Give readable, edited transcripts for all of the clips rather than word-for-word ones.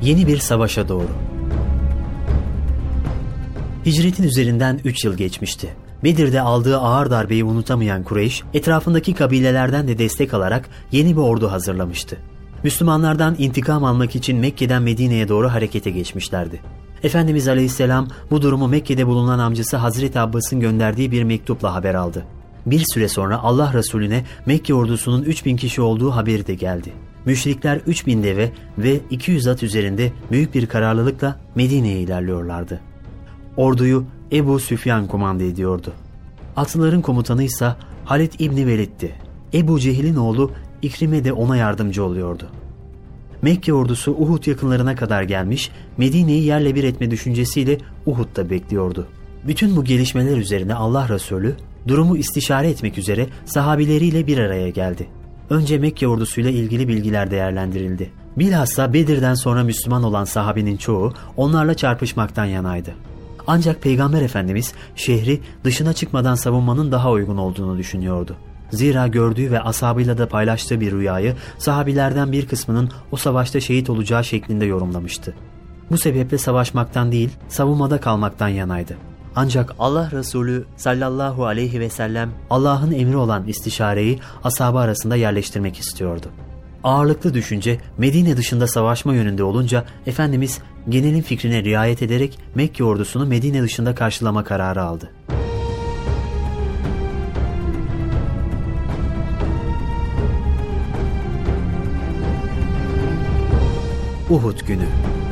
Yeni bir savaşa doğru. Hicretin üzerinden 3 yıl geçmişti. Bedir'de aldığı ağır darbeyi unutamayan Kureyş, etrafındaki kabilelerden de destek alarak yeni bir ordu hazırlamıştı. Müslümanlardan intikam almak için Mekke'den Medine'ye doğru harekete geçmişlerdi. Efendimiz Aleyhisselam bu durumu Mekke'de bulunan amcası Hazreti Abbas'ın gönderdiği bir mektupla haber aldı. Bir süre sonra Allah Resulüne Mekke ordusunun 3000 kişi olduğu haberi de geldi. Müşrikler 3000 deve ve 200 at üzerinde büyük bir kararlılıkla Medine'ye ilerliyorlardı. Orduyu Ebu Süfyan kumanda ediyordu. Atlıların komutanı ise Halid İbni Velid'ti. Ebu Cehil'in oğlu İkrime de ona yardımcı oluyordu. Mekke ordusu Uhud yakınlarına kadar gelmiş, Medine'yi yerle bir etme düşüncesiyle Uhud'da bekliyordu. Bütün bu gelişmeler üzerine Allah Resulü durumu istişare etmek üzere sahabileriyle bir araya geldi. Önce Mekke ordusuyla ilgili bilgiler değerlendirildi. Bilhassa Bedir'den sonra Müslüman olan sahabenin çoğu onlarla çarpışmaktan yanaydı. Ancak Peygamber Efendimiz şehri dışına çıkmadan savunmanın daha uygun olduğunu düşünüyordu. Zira gördüğü ve ashabıyla da paylaştığı bir rüyayı sahabilerden bir kısmının o savaşta şehit olacağı şeklinde yorumlamıştı. Bu sebeple savaşmaktan değil, savunmada kalmaktan yanaydı. Ancak Allah Resulü sallallahu aleyhi ve sellem Allah'ın emri olan istişareyi ashabı arasında yerleştirmek istiyordu. Ağırlıklı düşünce Medine dışında savaşma yönünde olunca Efendimiz genelin fikrine riayet ederek Mekke ordusunu Medine dışında karşılama kararı aldı. Uhud günü.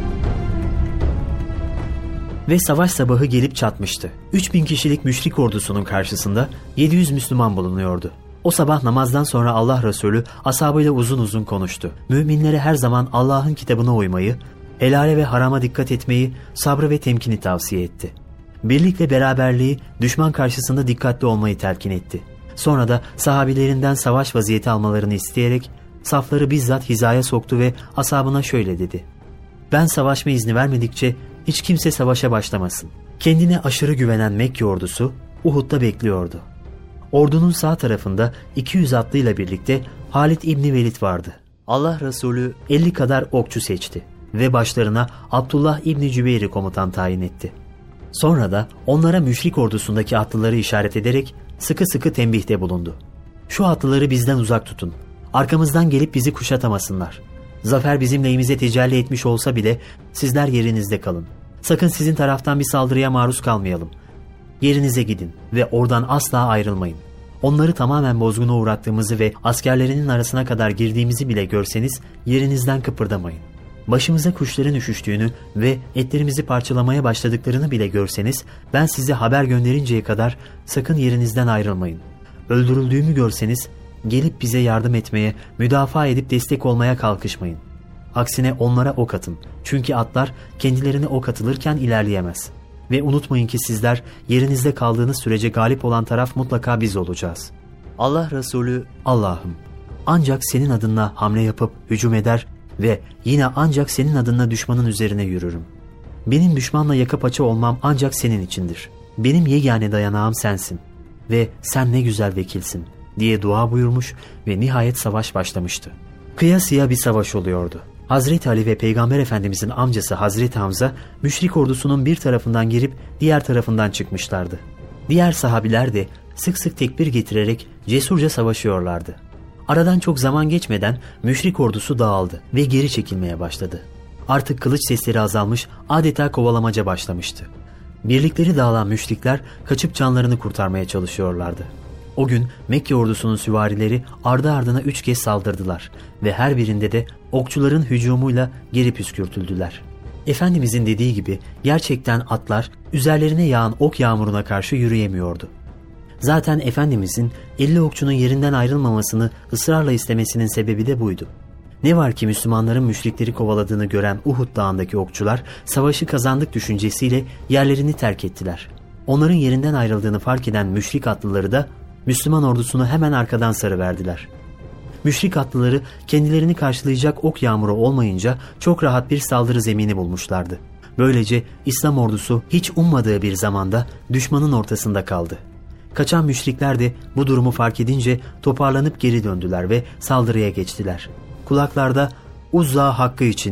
Ve savaş sabahı gelip çatmıştı. 3000 kişilik müşrik ordusunun karşısında 700 Müslüman bulunuyordu. O sabah namazdan sonra Allah Resulü ashabıyla uzun uzun konuştu. Müminlere her zaman Allah'ın kitabına uymayı, helale ve harama dikkat etmeyi, sabrı ve temkini tavsiye etti. Birlik ve beraberliği, düşman karşısında dikkatli olmayı telkin etti. Sonra da sahabilerinden savaş vaziyeti almalarını isteyerek safları bizzat hizaya soktu ve ashabına şöyle dedi: "Ben savaşma izni vermedikçe hiç kimse savaşa başlamasın." Kendine aşırı güvenen Mekke ordusu Uhud'da bekliyordu. Ordunun sağ tarafında 200 atlıyla birlikte Halid İbni Velid vardı. Allah Resulü 50 kadar okçu seçti ve başlarına Abdullah İbni Cübeyr'i komutan tayin etti. Sonra da onlara müşrik ordusundaki atlıları işaret ederek sıkı sıkı tembihte bulundu. "Şu atlıları bizden uzak tutun. Arkamızdan gelip bizi kuşatamasınlar. Zafer bizim lehimize tecelli etmiş olsa bile sizler yerinizde kalın. Sakın sizin taraftan bir saldırıya maruz kalmayalım. Yerinize gidin ve oradan asla ayrılmayın. Onları tamamen bozguna uğrattığımızı ve askerlerinin arasına kadar girdiğimizi bile görseniz yerinizden kıpırdamayın. Başımıza kuşların üşüştüğünü ve etlerimizi parçalamaya başladıklarını bile görseniz ben size haber gönderinceye kadar sakın yerinizden ayrılmayın. Öldürüldüğümü görseniz gelip bize yardım etmeye, müdafaa edip destek olmaya kalkışmayın. Aksine onlara ok atın. Çünkü atlar kendilerine ok atılırken ilerleyemez. Ve unutmayın ki sizler yerinizde kaldığınız sürece galip olan taraf mutlaka biz olacağız." Allah Resulü, "Allah'ım, ancak senin adına hamle yapıp hücum eder ve yine ancak senin adına düşmanın üzerine yürürüm. Benim düşmanla yaka paça olmam ancak senin içindir. Benim yegane dayanağım sensin ve sen ne güzel vekilsin," diye dua buyurmuş ve nihayet savaş başlamıştı. Kıyasıya bir savaş oluyordu. Hazreti Ali ve Peygamber Efendimizin amcası Hazreti Hamza, müşrik ordusunun bir tarafından girip diğer tarafından çıkmışlardı. Diğer sahabiler de sık sık tekbir getirerek cesurca savaşıyorlardı. Aradan çok zaman geçmeden müşrik ordusu dağıldı ve geri çekilmeye başladı. Artık kılıç sesleri azalmış, adeta kovalamaca başlamıştı. Birlikleri dağılan müşrikler kaçıp canlarını kurtarmaya çalışıyorlardı. O gün Mekke ordusunun süvarileri ardı ardına 3 kez saldırdılar ve her birinde de okçuların hücumuyla geri püskürtüldüler. Efendimizin dediği gibi gerçekten atlar üzerlerine yağan ok yağmuruna karşı yürüyemiyordu. Zaten Efendimizin 50 okçunun yerinden ayrılmamasını ısrarla istemesinin sebebi de buydu. Ne var ki Müslümanların müşrikleri kovaladığını gören Uhud dağındaki okçular savaşı kazandık düşüncesiyle yerlerini terk ettiler. Onların yerinden ayrıldığını fark eden müşrik atlıları da Müslüman ordusunu hemen arkadan sarıverdiler. Müşrik atlıları kendilerini karşılayacak ok yağmuru olmayınca çok rahat bir saldırı zemini bulmuşlardı. Böylece İslam ordusu hiç ummadığı bir zamanda düşmanın ortasında kaldı. Kaçan müşrikler de bu durumu fark edince toparlanıp geri döndüler ve saldırıya geçtiler. Kulaklarda "Uzza hakkı için,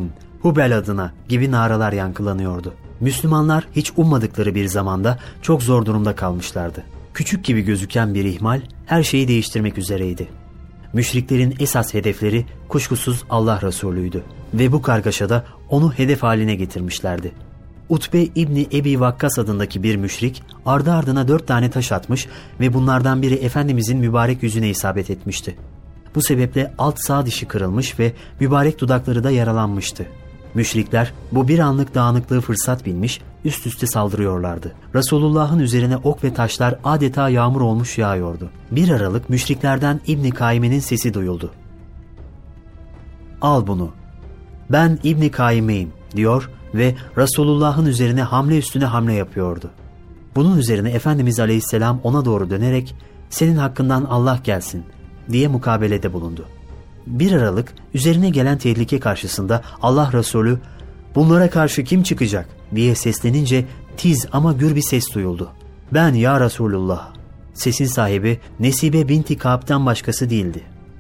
Hubel adına gibi naralar yankılanıyordu. Müslümanlar hiç ummadıkları bir zamanda çok zor durumda kalmışlardı. Küçük gibi gözüken bir ihmal her şeyi değiştirmek üzereydi. Müşriklerin esas hedefleri kuşkusuz Allah Resulü'ydü ve bu kargaşada onu hedef haline getirmişlerdi. Utbe İbni Ebi Vakkas adındaki bir müşrik ardı ardına 4 tane taş atmış ve bunlardan biri Efendimizin mübarek yüzüne isabet etmişti. Bu sebeple alt sağ dişi kırılmış ve mübarek dudakları da yaralanmıştı. Müşrikler bu bir anlık dağınıklığı fırsat bilmiş, üst üste saldırıyorlardı. Resulullah'ın üzerine ok ve taşlar adeta yağmur olmuş yağıyordu. Bir aralık müşriklerden İbni Kaime'nin sesi duyuldu. "Al bunu. Ben İbni Kaime'yim," diyor ve Resulullah'ın üzerine hamle üstüne hamle yapıyordu. Bunun üzerine Efendimiz Aleyhisselam ona doğru dönerek "Senin hakkından Allah gelsin," diye mukabelede bulundu. Bir aralık üzerine gelen tehlike karşısında Allah Resulü "Bunlara karşı kim çıkacak?" diye seslenince tiz ama gür bir ses duyuldu. "Ben ya Resulullah." Sesin sahibi Nesibe binti Kâb'den başkası değildi.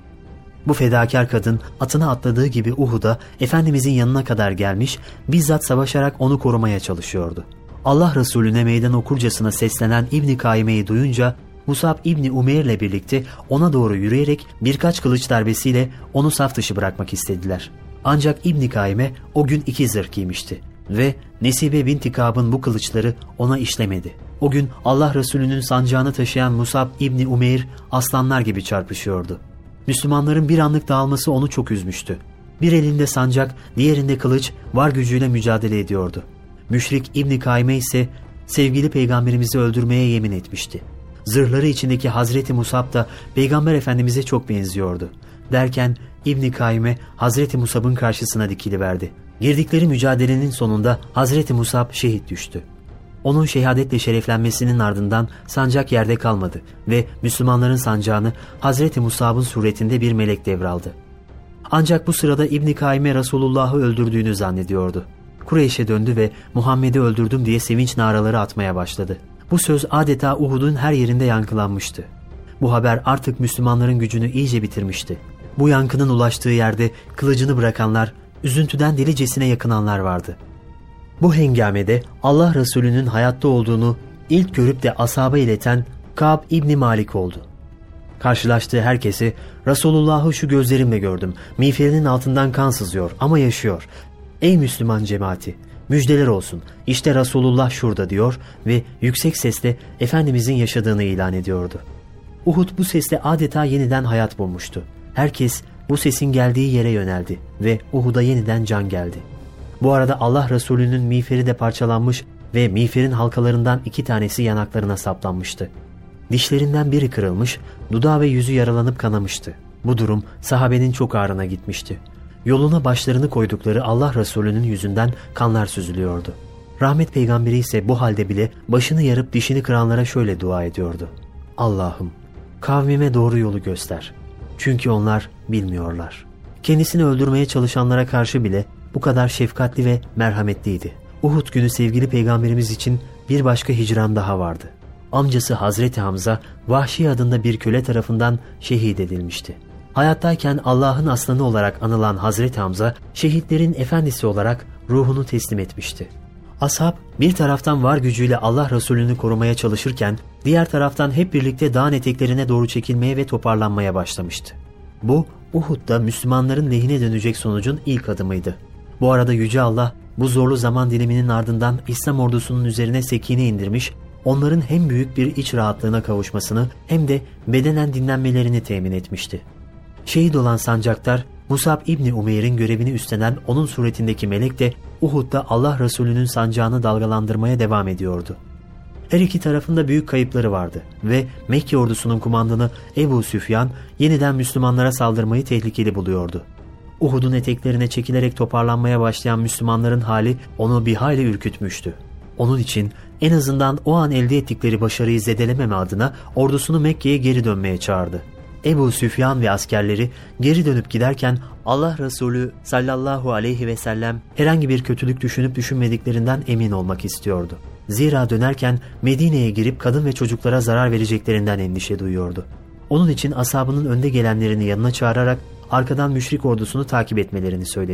Bu fedakar kadın atına atladığı gibi Uhud'a Efendimizin yanına kadar gelmiş, bizzat savaşarak onu korumaya çalışıyordu. Allah Resulüne meydan okurcasına seslenen İbni Kaime'yi duyunca Musab İbni Umeyr'le birlikte ona doğru yürüyerek birkaç kılıç darbesiyle onu saf dışı bırakmak istediler. Ancak İbni Kaime o gün 2 zırh giymişti ve Nesibe binti Kâb'ın bu kılıçları ona işlemedi. O gün Allah Resulü'nün sancağını taşıyan Musab İbni Umeyr aslanlar gibi çarpışıyordu. Müslümanların bir anlık dağılması onu çok üzmüştü. Bir elinde sancak, diğerinde kılıç var gücüyle mücadele ediyordu. Müşrik İbni Kaime ise sevgili peygamberimizi öldürmeye yemin etmişti. Zırhları içindeki Hazreti Musab da Peygamber Efendimiz'e çok benziyordu. Derken İbni Kaime Hazreti Musab'ın karşısına dikiliverdi. Girdikleri mücadelenin sonunda Hazreti Musab şehit düştü. Onun şehadetle şereflenmesinin ardından sancak yerde kalmadı ve Müslümanların sancağını Hazreti Musab'ın suretinde bir melek devraldı. Ancak bu sırada İbni Kaime Resulullah'ı öldürdüğünü zannediyordu. Kureyş'e döndü ve "Muhammed'i öldürdüm" diye sevinç naraları atmaya başladı. Bu söz adeta Uhud'un her yerinde yankılanmıştı. Bu haber artık Müslümanların gücünü iyice bitirmişti. Bu yankının ulaştığı yerde kılıcını bırakanlar, üzüntüden delicesine yakınanlar vardı. Bu hengamede Allah Resulü'nün hayatta olduğunu ilk görüp de ashaba ileten Kâb İbni Malik oldu. Karşılaştığı herkese "Resulullah'ı şu gözlerimle gördüm. Miğferinin altından kan sızıyor ama yaşıyor. Ey Müslüman cemaati, müjdeler olsun. İşte Resulullah şurada," diyor ve yüksek sesle Efendimizin yaşadığını ilan ediyordu. Uhud bu sesle adeta yeniden hayat bulmuştu. Herkes bu sesin geldiği yere yöneldi ve Uhud'a yeniden can geldi. Bu arada Allah Resulü'nün miğferi de parçalanmış ve miğferin halkalarından 2 tanesi yanaklarına saplanmıştı. Dişlerinden biri kırılmış, dudağı ve yüzü yaralanıp kanamıştı. Bu durum sahabenin çok ağrına gitmişti. Yoluna başlarını koydukları Allah Resulü'nün yüzünden kanlar süzülüyordu. Rahmet peygamberi ise bu halde bile başını yarıp dişini kıranlara şöyle dua ediyordu: "Allah'ım, kavmime doğru yolu göster. Çünkü onlar bilmiyorlar." Kendisini öldürmeye çalışanlara karşı bile bu kadar şefkatli ve merhametliydi. Uhud günü sevgili peygamberimiz için bir başka hicran daha vardı. Amcası Hazreti Hamza, Vahşi adında bir köle tarafından şehit edilmişti. Hayattayken Allah'ın aslanı olarak anılan Hazreti Hamza, şehitlerin efendisi olarak ruhunu teslim etmişti. Ashab bir taraftan var gücüyle Allah Resulü'nü korumaya çalışırken, diğer taraftan hep birlikte dağın eteklerine doğru çekilmeye ve toparlanmaya başlamıştı. Bu, Uhud'da Müslümanların lehine dönecek sonucun ilk adımıydı. Bu arada Yüce Allah, bu zorlu zaman diliminin ardından İslam ordusunun üzerine sekine indirmiş, onların hem büyük bir iç rahatlığına kavuşmasını hem de bedenen dinlenmelerini temin etmişti. Şehit olan sancaktar, Musab İbni Umeyr'in görevini üstlenen onun suretindeki melek de Uhud'da Allah Resulü'nün sancağını dalgalandırmaya devam ediyordu. Her iki tarafında büyük kayıpları vardı ve Mekke ordusunun kumandanı Ebu Süfyan yeniden Müslümanlara saldırmayı tehlikeli buluyordu. Uhud'un eteklerine çekilerek toparlanmaya başlayan Müslümanların hali onu bir hayli ürkütmüştü. Onun için en azından o an elde ettikleri başarıyı zedelememe adına ordusunu Mekke'ye geri dönmeye çağırdı. Ebu Süfyan ve askerleri geri dönüp giderken Allah Resulü sallallahu aleyhi ve sellem herhangi bir kötülük düşünüp düşünmediklerinden emin olmak istiyordu. Zira dönerken Medine'ye girip kadın ve çocuklara zarar vereceklerinden endişe duyuyordu. Onun için ashabının önde gelenlerini yanına çağırarak arkadan müşrik ordusunu takip etmelerini söyledi.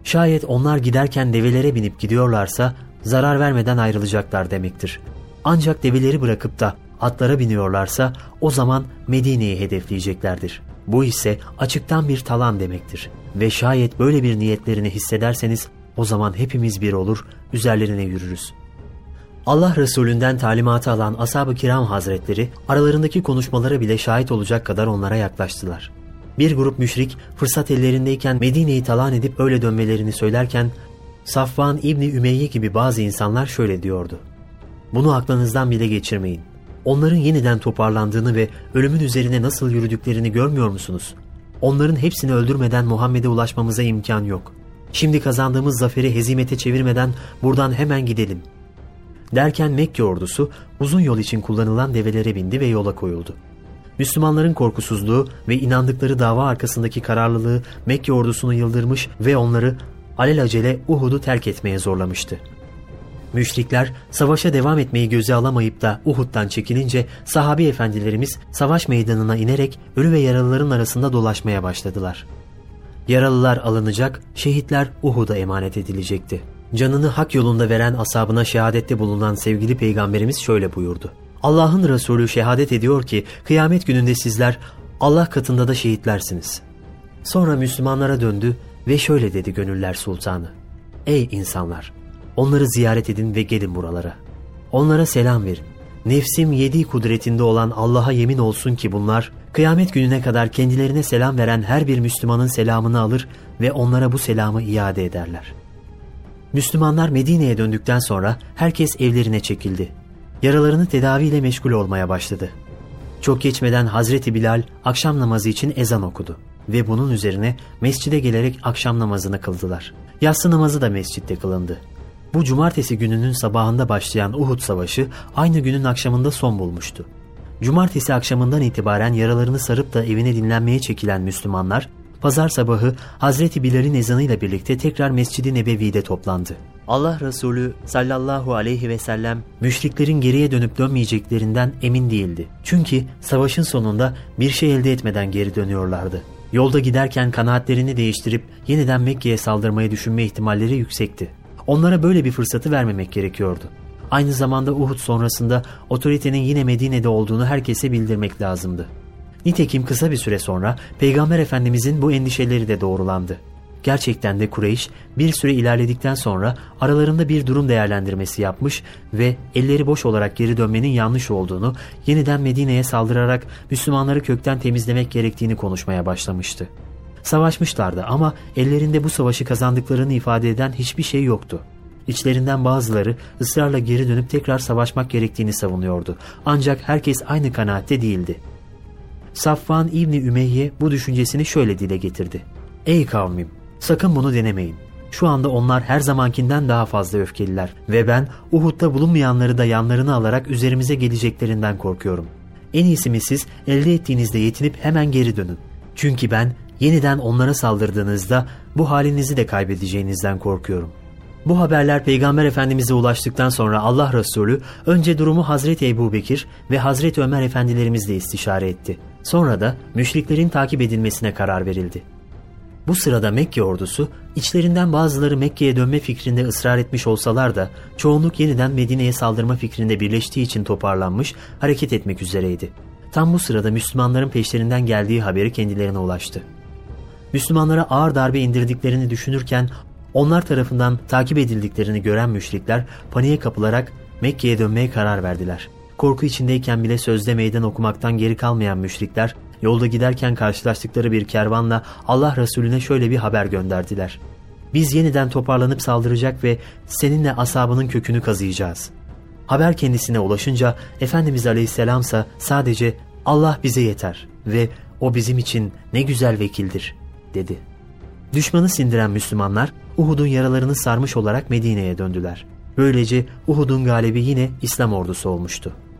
Şayet onlar giderken develere binip gidiyorlarsa zarar vermeden ayrılacaklar demektir. Ancak develeri bırakıp da atlara biniyorlarsa o zaman Medine'yi hedefleyeceklerdir. Bu ise açıktan bir talan demektir. Ve şayet böyle bir niyetlerini hissederseniz o zaman hepimiz bir olur, üzerlerine yürürüz. Allah Resulünden talimatı alan Ashab-ı Kiram Hazretleri aralarındaki konuşmalara bile şahit olacak kadar onlara yaklaştılar. Bir grup müşrik fırsat ellerindeyken Medine'yi talan edip öyle dönmelerini söylerken Safvan İbni Ümeyye gibi bazı insanlar şöyle diyordu: "Bunu aklınızdan bile geçirmeyin. Onların yeniden toparlandığını ve ölümün üzerine nasıl yürüdüklerini görmüyor musunuz? Onların hepsini öldürmeden Muhammed'e ulaşmamıza imkan yok. Şimdi kazandığımız zaferi hezimete çevirmeden buradan hemen gidelim." Derken Mekke ordusu uzun yol için kullanılan develere bindi ve yola koyuldu. Müslümanların korkusuzluğu ve inandıkları dava arkasındaki kararlılığı Mekke ordusunu yıldırmış ve onları alelacele Uhud'u terk etmeye zorlamıştı. Müşrikler savaşa devam etmeyi göze alamayıp da Uhud'dan çekilince sahabi efendilerimiz savaş meydanına inerek ölü ve yaralıların arasında dolaşmaya başladılar. Yaralılar alınacak, şehitler Uhud'a emanet edilecekti. Canını hak yolunda veren ashabına şehadette bulunan sevgili peygamberimiz şöyle buyurdu: "Allah'ın Resulü şehadet ediyor ki kıyamet gününde sizler Allah katında da şehitlersiniz." Sonra Müslümanlara döndü ve şöyle dedi gönüller sultanı: "Ey insanlar! Onları ziyaret edin ve gelin buralara. Onlara selam verin. Nefsim yedi kudretinde olan Allah'a yemin olsun ki bunlar kıyamet gününe kadar kendilerine selam veren her bir Müslümanın selamını alır ve onlara bu selamı iade ederler." Müslümanlar Medine'ye döndükten sonra herkes evlerine çekildi. Yaralarını tedaviyle meşgul olmaya başladı. Çok geçmeden Hazreti Bilal akşam namazı için ezan okudu ve bunun üzerine mescide gelerek akşam namazını kıldılar. Yatsı namazı da mescitte kılındı. Bu cumartesi gününün sabahında başlayan Uhud Savaşı aynı günün akşamında son bulmuştu. Cumartesi akşamından itibaren yaralarını sarıp da evine dinlenmeye çekilen Müslümanlar, pazar sabahı Hazreti Bilal'in ezanıyla birlikte tekrar Mescid-i Nebevi'de toplandı. Allah Resulü sallallahu aleyhi ve sellem müşriklerin geriye dönüp dönmeyeceklerinden emin değildi. Çünkü savaşın sonunda bir şey elde etmeden geri dönüyorlardı. Yolda giderken kanaatlerini değiştirip yeniden Mekke'ye saldırmayı düşünme ihtimalleri yüksekti. Onlara böyle bir fırsatı vermemek gerekiyordu. Aynı zamanda Uhud sonrasında otoritenin yine Medine'de olduğunu herkese bildirmek lazımdı. Nitekim kısa bir süre sonra Peygamber Efendimizin bu endişeleri de doğrulandı. Gerçekten de Kureyş bir süre ilerledikten sonra aralarında bir durum değerlendirmesi yapmış ve elleri boş olarak geri dönmenin yanlış olduğunu, yeniden Medine'ye saldırarak Müslümanları kökten temizlemek gerektiğini konuşmaya başlamıştı. Savaşmışlardı ama ellerinde bu savaşı kazandıklarını ifade eden hiçbir şey yoktu. İçlerinden bazıları ısrarla geri dönüp tekrar savaşmak gerektiğini savunuyordu. Ancak herkes aynı kanaatte değildi. Safvan İbni Ümeyye bu düşüncesini şöyle dile getirdi: "Ey kavmim! Sakın bunu denemeyin. Şu anda onlar her zamankinden daha fazla öfkeliler ve ben Uhud'da bulunmayanları da yanlarına alarak üzerimize geleceklerinden korkuyorum. En iyisi mi siz elde ettiğinizde yetinip hemen geri dönün. Çünkü ben yeniden onlara saldırdığınızda bu halinizi de kaybedeceğinizden korkuyorum." Bu haberler Peygamber Efendimiz'e ulaştıktan sonra Allah Resulü önce durumu Hazreti Ebubekir ve Hazreti Ömer efendilerimizle istişare etti. Sonra da müşriklerin takip edilmesine karar verildi. Bu sırada Mekke ordusu, içlerinden bazıları Mekke'ye dönme fikrinde ısrar etmiş olsalar da çoğunluk yeniden Medine'ye saldırma fikrinde birleştiği için toparlanmış, hareket etmek üzereydi. Tam bu sırada Müslümanların peşlerinden geldiği haberi kendilerine ulaştı. Müslümanlara ağır darbe indirdiklerini düşünürken onlar tarafından takip edildiklerini gören müşrikler paniğe kapılarak Mekke'ye dönmeye karar verdiler. Korku içindeyken bile sözde meydan okumaktan geri kalmayan müşrikler yolda giderken karşılaştıkları bir kervanla Allah Resulüne şöyle bir haber gönderdiler: "Biz yeniden toparlanıp saldıracak ve seninle ashabının kökünü kazıyacağız." Haber kendisine ulaşınca Efendimiz Aleyhisselamsa sadece "Allah bize yeter ve o bizim için ne güzel vekildir" dedi. Düşmanı sindiren Müslümanlar Uhud'un yaralarını sarmış olarak Medine'ye döndüler. Böylece Uhud'un galibi yine İslam ordusu olmuştu.